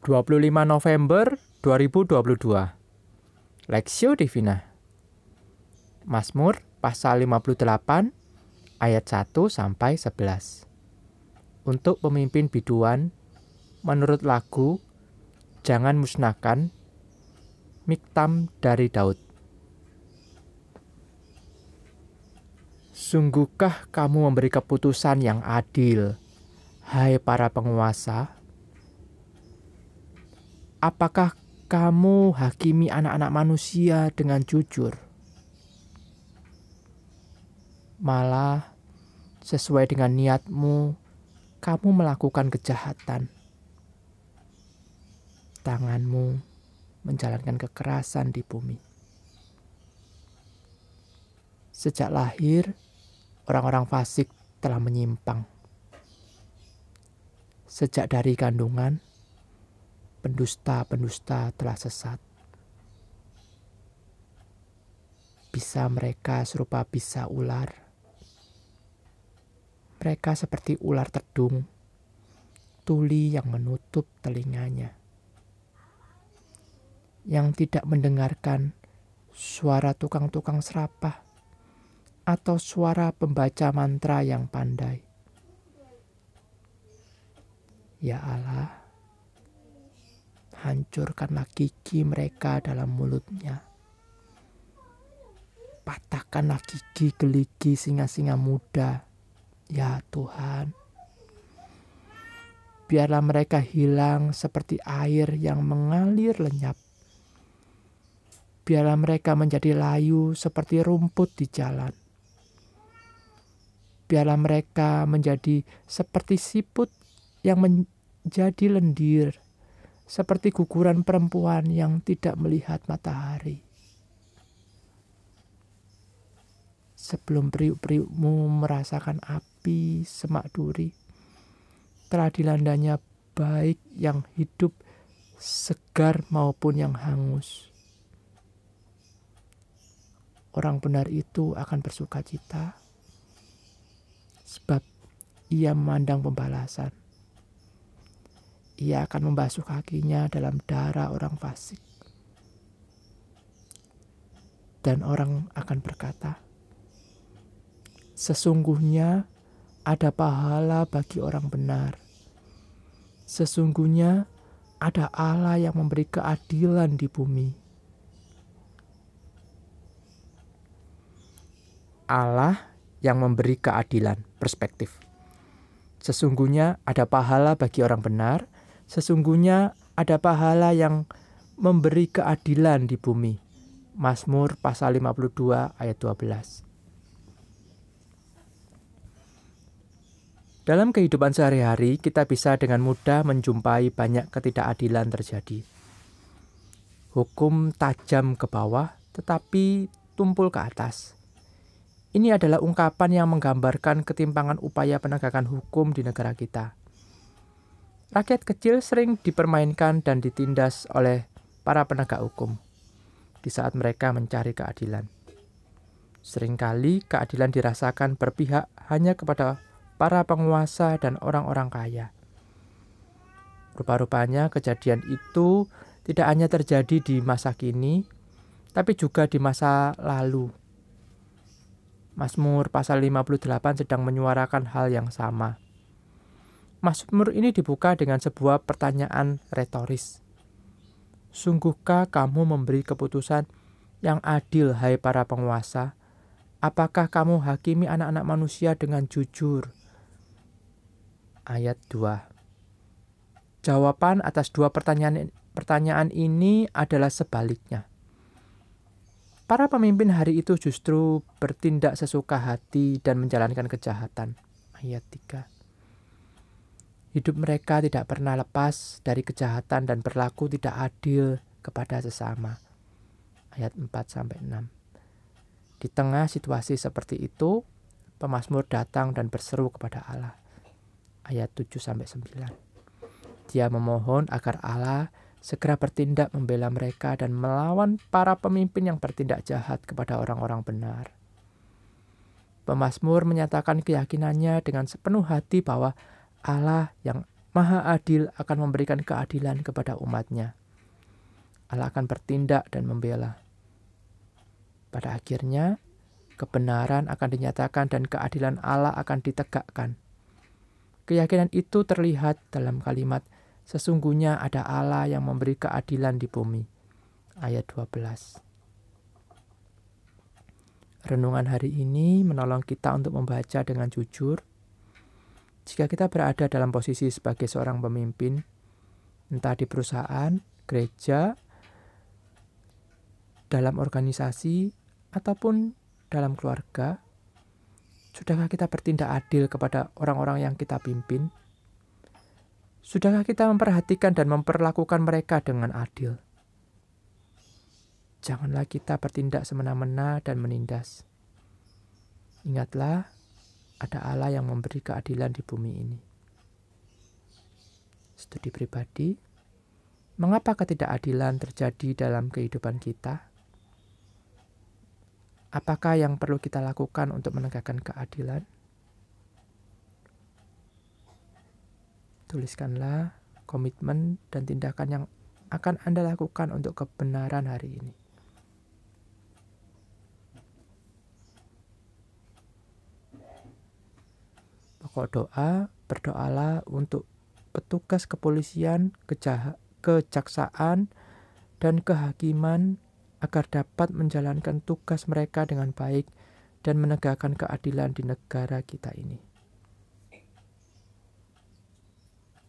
25 November 2022. Lexio Divina. Mazmur pasal 58 ayat 1 sampai 11. Untuk pemimpin biduan menurut lagu Jangan Musnahkan, Miktam dari Daud. Sungguhkah kamu memberi keputusan yang adil, hai para penguasa? Apakah kamu hakimi anak-anak manusia dengan jujur? Malah, sesuai dengan niatmu, kamu melakukan kejahatan. Tanganmu menjalankan kekerasan di bumi. Sejak lahir, orang-orang fasik telah menyimpang. Sejak dari kandungan, pendusta-pendusta telah sesat. Bisa mereka serupa bisa ular. Mereka seperti ular tedung, tuli yang menutup telinganya, yang tidak mendengarkan suara tukang-tukang serapah atau suara pembaca mantra yang pandai. Ya Allah, hancurkanlah gigi mereka dalam mulutnya. Patahkanlah gigi geligi singa-singa muda, ya Tuhan. Biarlah mereka hilang seperti air yang mengalir lenyap. Biarlah mereka menjadi layu seperti rumput di jalan. Biarlah mereka menjadi seperti siput yang menjadi lendir, seperti guguran perempuan yang tidak melihat matahari. Sebelum periuk-periukmu merasakan api semak duri, telah dilandanya baik yang hidup, segar maupun yang hangus. Orang benar itu akan bersuka cita, sebab ia memandang pembalasan. Ia akan membasuh kakinya dalam darah orang fasik. Dan orang akan berkata, sesungguhnya ada pahala bagi orang benar. Sesungguhnya ada Allah yang memberi keadilan di bumi. Allah yang memberi keadilan, perspektif. Sesungguhnya ada pahala bagi orang benar. Sesungguhnya ada pahala yang memberi keadilan di bumi. Mazmur pasal 52 ayat 12. Dalam kehidupan sehari-hari, kita bisa dengan mudah menjumpai banyak ketidakadilan terjadi. Hukum tajam ke bawah, tetapi tumpul ke atas. Ini adalah ungkapan yang menggambarkan ketimpangan upaya penegakan hukum di negara kita. Rakyat kecil sering dipermainkan dan ditindas oleh para penegak hukum di saat mereka mencari keadilan. Seringkali keadilan dirasakan berpihak hanya kepada para penguasa dan orang-orang kaya. Rupa-rupanya kejadian itu tidak hanya terjadi di masa kini, tapi juga di masa lalu. Mazmur pasal 58 sedang menyuarakan hal yang sama. Mazmur ini dibuka dengan sebuah pertanyaan retoris. Sungguhkah kamu memberi keputusan yang adil, hai para penguasa? Apakah kamu hakimi anak-anak manusia dengan jujur? Ayat 2. Jawaban atas dua pertanyaan ini adalah sebaliknya. Para pemimpin hari itu justru bertindak sesuka hati dan menjalankan kejahatan. Ayat 3. Hidup mereka tidak pernah lepas dari kejahatan dan berlaku tidak adil kepada sesama. Ayat 4-6. Di tengah situasi seperti itu, pemazmur datang dan berseru kepada Allah. Ayat 7-9. Dia memohon agar Allah segera bertindak membela mereka dan melawan para pemimpin yang bertindak jahat kepada orang-orang benar. Pemazmur menyatakan keyakinannya dengan sepenuh hati bahwa Allah yang Maha Adil akan memberikan keadilan kepada umatnya. Allah akan bertindak dan membela. Pada akhirnya, kebenaran akan dinyatakan dan keadilan Allah akan ditegakkan. Keyakinan itu terlihat dalam kalimat, sesungguhnya ada Allah yang memberi keadilan di bumi. Ayat 12. Renungan hari ini menolong kita untuk membaca dengan jujur. Jika kita berada dalam posisi sebagai seorang pemimpin, entah di perusahaan, gereja, dalam organisasi, ataupun dalam keluarga, sudahkah kita bertindak adil kepada orang-orang yang kita pimpin? Sudahkah kita memperhatikan dan memperlakukan mereka dengan adil? Janganlah kita bertindak semena-mena dan menindas. Ingatlah, ada Allah yang memberi keadilan di bumi ini. Studi pribadi, mengapa ketidakadilan terjadi dalam kehidupan kita? Apakah yang perlu kita lakukan untuk menegakkan keadilan? Tuliskanlah komitmen dan tindakan yang akan Anda lakukan untuk kebenaran hari ini. Pokok doa, berdoalah untuk petugas kepolisian, kejaksaan, dan kehakiman agar dapat menjalankan tugas mereka dengan baik dan menegakkan keadilan di negara kita ini.